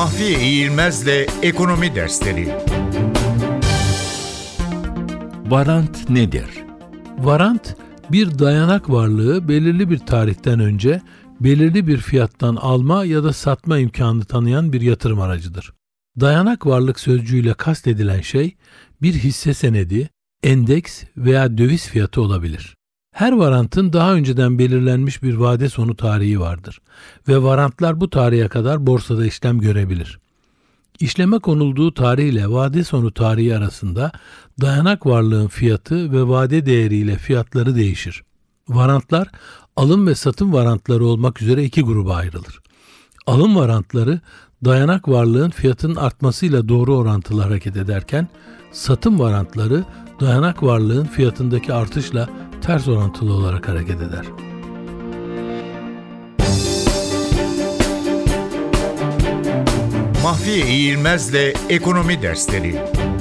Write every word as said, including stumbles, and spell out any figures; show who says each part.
Speaker 1: Mahfiye İğilmez'le Ekonomi Dersleri.
Speaker 2: Varant nedir?
Speaker 3: Varant, bir dayanak varlığı belirli bir tarihten önce belirli bir fiyattan alma ya da satma imkanı tanıyan bir yatırım aracıdır. Dayanak varlık sözcüğüyle kastedilen şey bir hisse senedi, endeks veya döviz fiyatı olabilir. Her varantın daha önceden belirlenmiş bir vade sonu tarihi vardır ve varantlar bu tarihe kadar borsada işlem görebilir. İşleme konulduğu tarih ile vade sonu tarihi arasında dayanak varlığın fiyatı ve vade değeriyle fiyatları değişir. Varantlar alım ve satım varantları olmak üzere iki gruba ayrılır. Alım varantları dayanak varlığın fiyatının artmasıyla doğru orantılı hareket ederken, satım varantları dayanak varlığın fiyatındaki artışla ters orantılı olarak hareket eder.
Speaker 1: Mahfiye İğilmez'le Ekonomi Dersleri.